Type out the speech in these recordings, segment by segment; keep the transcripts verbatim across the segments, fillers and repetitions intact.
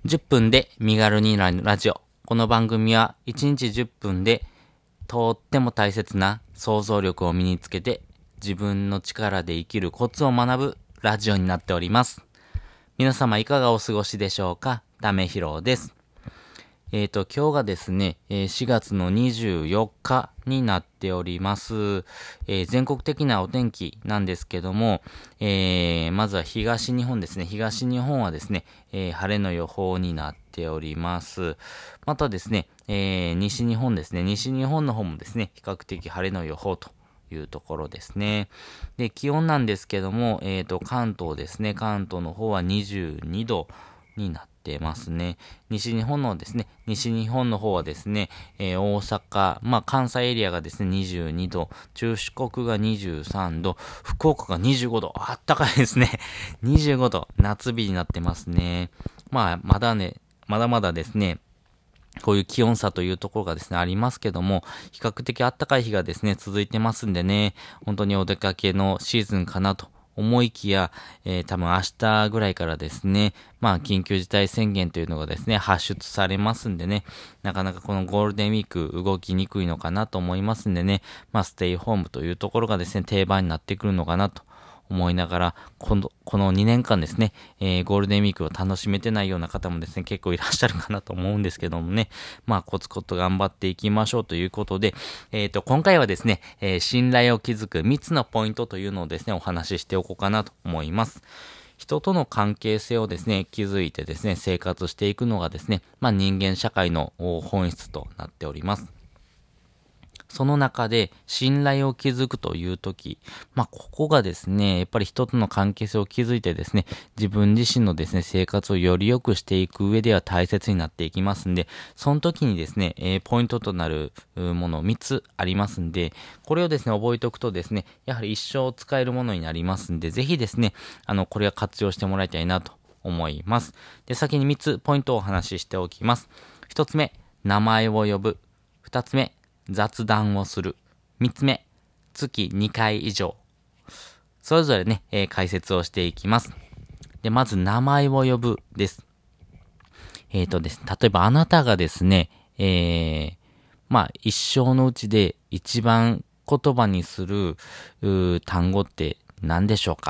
じゅっぷんで身軽になるラジオ。この番組はいちにちじゅっぷんでとっても大切な想像力を身につけて自分の力で生きるコツを学ぶラジオになっております。皆様いかがお過ごしでしょうか？ためひろです。えーと、今日がですね、しがつのにじゅうよっかになっております。えー、全国的なお天気なんですけども、えー、まずは東日本ですね。東日本はですね、えー、晴れの予報になっております。またですね、えー、西日本ですね。西日本の方もですね、比較的晴れの予報というところですね。で、気温なんですけども、えーと、関東ですね。関東の方はにじゅうにどになってますね。西日本のですね、西日本の方はですね、えー、大阪、まあ関西エリアがですね、にじゅうにど、中四国がにじゅうさんど、福岡がにじゅうごど、あったかいですね。にじゅうごど、夏日になってますね。まあ、まだね、まだまだですね、こういう気温差というところがですね、ありますけども、比較的暖かい日がですね、続いてますんでね、本当にお出かけのシーズンかなと思いきや、えー、多分明日ぐらいからですね、まあ緊急事態宣言というのがですね、発出されますんでね、なかなかこのゴールデンウィーク動きにくいのかなと思いますんでね、まあステイホームというところがですね、定番になってくるのかなと思いながら、この、このにねんかんですね、えー、ゴールデンウィークを楽しめてないような方もですね、結構いらっしゃるかなと思うんですけどもね、まあ、コツコツ頑張っていきましょうということで、えっと、今回はですね、えー、信頼を築くみっつのポイントというのをですね、お話ししておこうかなと思います。人との関係性をですね、築いてですね、生活していくのがですね、まあ、人間社会の本質となっております。その中で信頼を築くというとき、まあ、ここがですね、やっぱり人との関係性を築いてですね、自分自身のですね、生活をより良くしていく上では大切になっていきますんで、その時にですね、えー、ポイントとなるものみっつありますんで、これをですね、覚えておくとですね、やはり一生使えるものになりますんで、ぜひですね、あの、これは活用してもらいたいなと思います。で、先にみっつポイントをお話ししておきます。ひとつめ、名前を呼ぶ。ふたつめ、雑談をする。三つ目、月にかい以上。それぞれね、えー、解説をしていきます。で、まず名前を呼ぶです。えっとですね、例えばあなたがですね、えー、まあ一生のうちで一番言葉にする単語って何でしょうか？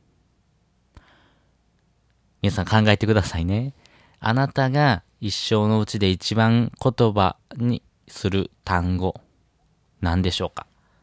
皆さん考えてくださいね。あなたが一生のうちで一番言葉にする単語、何でしょうか？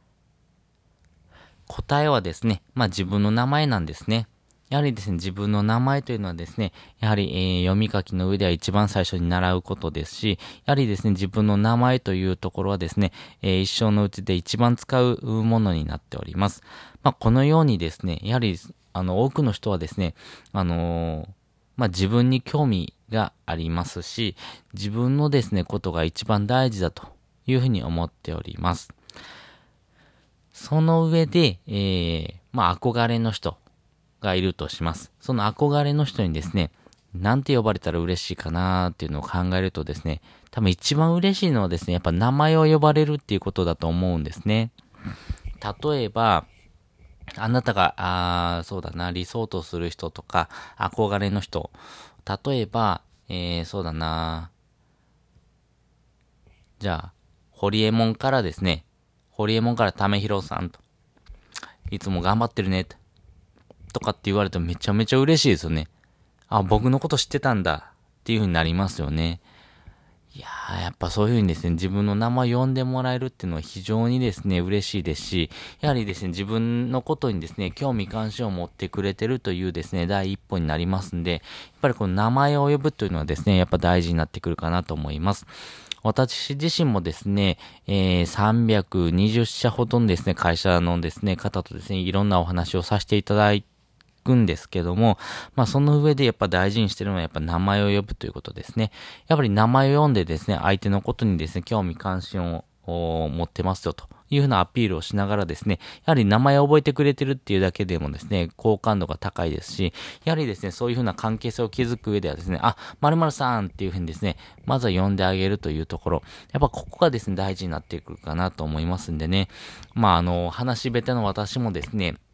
答えはですね、まあ自分の名前なんですね。やはりですね、自分の名前というのはですね、やはり、えー、読み書きの上では一番最初に習うことですし、やはりですね、自分の名前というところはですね、えー、一生のうちで一番使うものになっております。まあこのようにですね、やはり、あの、多くの人はですね、あのー、まあ自分に興味がありますし、自分のですね、ことが一番大事だというふうに思っております。その上で、えー、まあ憧れの人がいるとします。その憧れの人にですね、なんて呼ばれたら嬉しいかなーっていうのを考えるとですね、多分一番嬉しいのはですね、やっぱ名前を呼ばれるっていうことだと思うんですね。例えば、あなたが、あー、そうだな、理想とする人とか、憧れの人。例えば、えー、そうだな、じゃあ、ホリエモンからですね、ホリエモンからためひろさんと、いつも頑張ってるね、とかって言われてもめちゃめちゃ嬉しいですよね。あ、僕のこと知ってたんだ、っていう風になりますよね。いやー、やっぱそういう風にですね、自分の名前呼んでもらえるっていうのは非常にですね、嬉しいですし、やはりですね、自分のことにですね、興味関心を持ってくれてるというですね、第一歩になりますんで、やっぱりこの名前を呼ぶというのはですね、やっぱ大事になってくるかなと思います。私自身もですね、えー、さんびゃくにじゅっしゃほどのですね、会社のですね、方とですね、いろんなお話をさせていただいて、んですけども、まあその上でやっぱ大事にしてるのはやっぱ名前を呼ぶということですね。やっぱり名前を読んでですね、相手のことにですね、興味関心を持ってますよというふうなアピールをしながらですね、やはり名前を覚えてくれてるっていうだけでもですね、好感度が高いですし、やはりですね、そういうふうな関係性を築く上ではですね、あ、〇〇さんっていうふうにですね、まずは呼んであげるというところ、やっぱここがですね、大事になってくるかなと思いますんでね、まああの、話し下手の私もですね、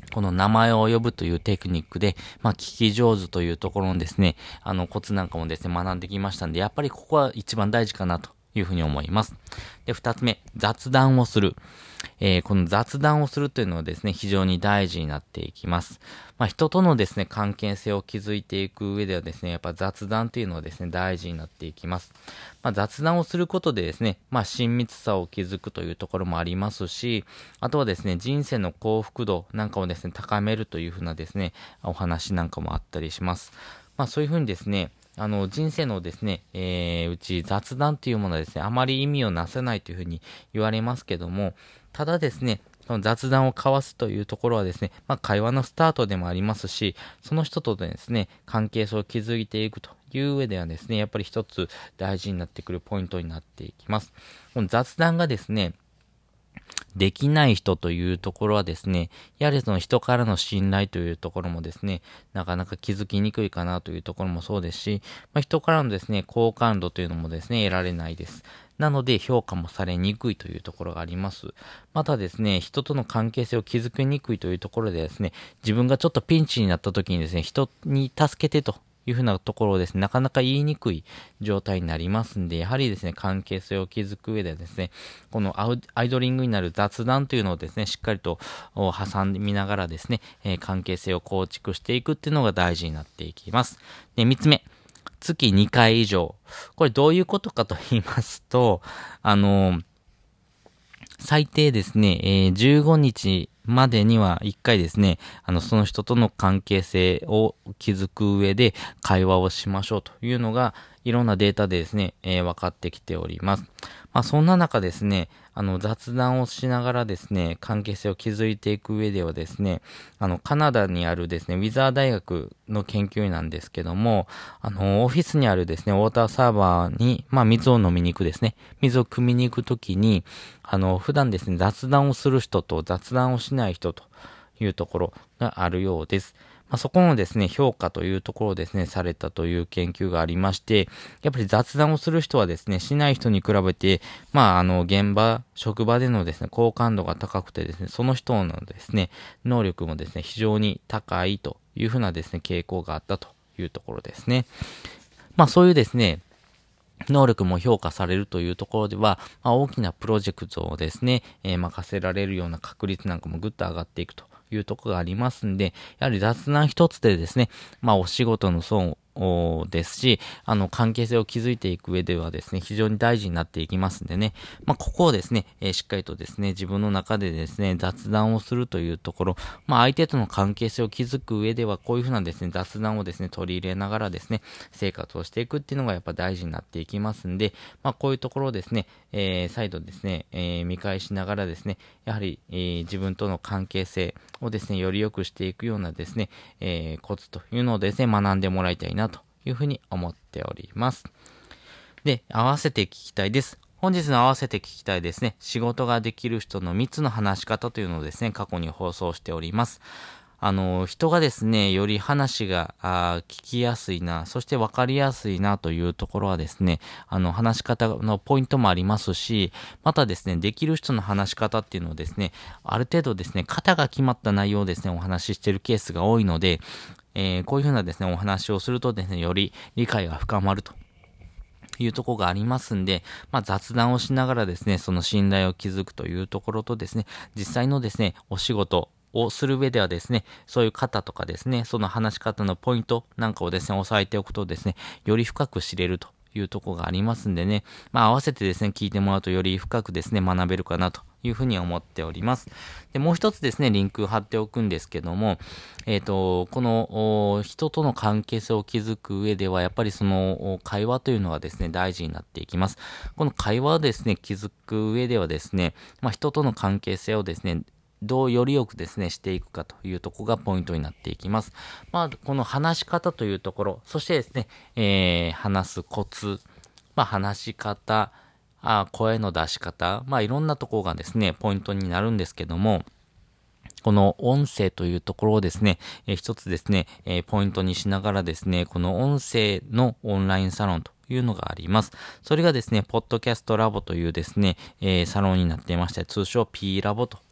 この名前を呼ぶというテクニックで、まあ、聞き上手というところのですね、あの、コツなんかもですね、学んできましたんで、やっぱりここは一番大事かなというふうに思います。で、二つ目、雑談をする。えー、この雑談をするというのはですね、非常に大事になっていきます。まあ、人とのですね、関係性を築いていく上ではですね、やっぱ雑談というのはですね、大事になっていきます。まあ、雑談をすることでですね、まあ、親密さを築くというところもありますし、あとはですね、人生の幸福度なんかをですね、高めるというふうなですね、お話なんかもあったりします。まあ、そういうふうにですね、あの、人生のですね、えー、うち雑談というものはですね、あまり意味をなさないというふうに言われますけども、ただですね、その雑談を交わすというところはですね、まあ、会話のスタートでもありますし、その人とですね、関係性を築いていくという上ではですね、やっぱり一つ大事になってくるポイントになっていきます。この雑談がですね、できない人というところはですね、やはりその人からの信頼というところもですね、なかなか気づきにくいかなというところもそうですし、まあ、人からのですね、好感度というのもですね、得られないです。なので評価もされにくいというところがあります。またですね、人との関係性を築きにくいというところでですね、自分がちょっとピンチになった時にですね、人に助けてというふうなところをですね、なかなか言いにくい状態になりますんで、やはりですね、関係性を築く上ではですね、このアイドリングになる雑談というのをですね、しっかりと挟みながらですね、えー、関係性を構築していくっていうのが大事になっていきます。で、三つ目。月にかい以上。これどういうことかと言いますと、あのー、最低ですね、えー、じゅうごにちまでにはいっかいですね、あの、その人との関係性を築く上で会話をしましょうというのが、いろんなデータでですね、えー、分かってきております。まあ、そんな中ですね、あの、雑談をしながらですね、関係性を築いていく上ではですね、あの、カナダにあるですね、ウィザー大学の研究員なんですけども、あの、オフィスにあるですね、ウォーターサーバーに、まあ、水を飲みに行くですね、水を汲みに行くときに、あの、普段ですね、雑談をする人と雑談をしない人というところがあるようです。まあ、そこのですね、評価というところをですね、されたという研究がありまして、やっぱり雑談をする人はですね、しない人に比べて、まあ、あの、現場、職場でのですね、好感度が高くてですね、その人のですね、能力もですね、非常に高いというふうなですね、傾向があったというところですね。まあ、そういうですね、能力も評価されるというところでは、まあ、大きなプロジェクトをですね、えー、任せられるような確率なんかもぐっと上がっていくというところがありますんで、やはり雑談一つでですね、まあお仕事の損ですし、あの関係性を築いていく上ではですね、非常に大事になっていきますんでね、まあここをですね、えー、しっかりとですね、自分の中でですね、雑談をするというところ、まあ相手との関係性を築く上では、こういうふうなですね、雑談をですね、取り入れながらですね、生活をしていくっていうのがやっぱ大事になっていきますんで、まあこういうところをですね、えー、再度ですね、えー、見返しながらですね、やはり、えー、自分との関係性をですね、より良くしていくようなですね、えー、コツというのをですね、学んでもらいたいなというふうに思っております。で、合わせて聞きたいです。本日の合わせて聞きたいですね、仕事ができる人のみっつの話し方というのをですね、過去に放送しております。あの、人がですね、より話があ聞きやすいな、そして分かりやすいなというところはですね、あの、話し方のポイントもありますし、またですね、できる人の話し方っていうのをですね、ある程度ですね、型が決まった内容をですね、お話ししているケースが多いので、えー、こういうふうなですね、お話をするとですね、より理解が深まるというところがありますんで、まあ、雑談をしながらですね、その信頼を築くというところとですね、実際のですね、お仕事をする上ではですね、そういう方とかですね、その話し方のポイントなんかをですね、押さえておくとですね、より深く知れるというところがありますんでね、まあ、合わせてですね、聞いてもらうとより深くですね、学べるかなというふうに思っております。で、もう一つですね、リンク貼っておくんですけども、えっと、この人との関係性を築く上では、やっぱりその会話というのがですね、大事になっていきます。この会話をですね、築く上ではですね、まあ、人との関係性をですね、どうよりよくですね、していくかというところがポイントになっていきます。まあ、この話し方というところ、そしてですね、えー、話すコツ、まあ、話し方、あ声の出し方、まあ、いろんなところがですね、ポイントになるんですけども、この音声というところをですね、えー、一つですね、えー、ポイントにしながらですね、この音声のオンラインサロンというのがあります。それがですね、ポッドキャストラボというですね、えー、サロンになっていまして、通称 P ラボと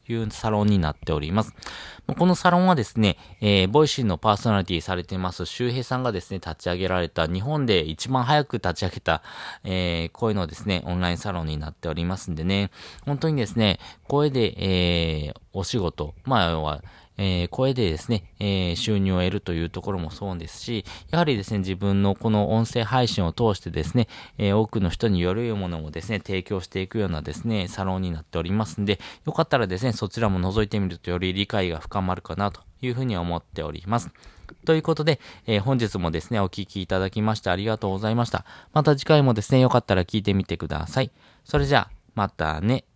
いうサロンになっております。このサロンはですね、えー、ボイシーのパーソナリティされています周平さんがですね、立ち上げられた、日本で一番早く立ち上げた、えー、声のですね、オンラインサロンになっておりますんでね、本当にですね、声で、えー、お仕事、まあ、要は、えー、声でですね、えー、収入を得るというところもそうですし、やはりですね、自分のこの音声配信を通してですね、えー、多くの人によるものもですね、提供していくようなですね、サロンになっておりますんで、よかったらですね、そちらも覗いてみるとより理解が深まるかなというふうに思っております。ということで、えー、本日もですね、お聞きいただきましてありがとうございました。また次回もですね、よかったら聞いてみてください。それじゃあ、またね。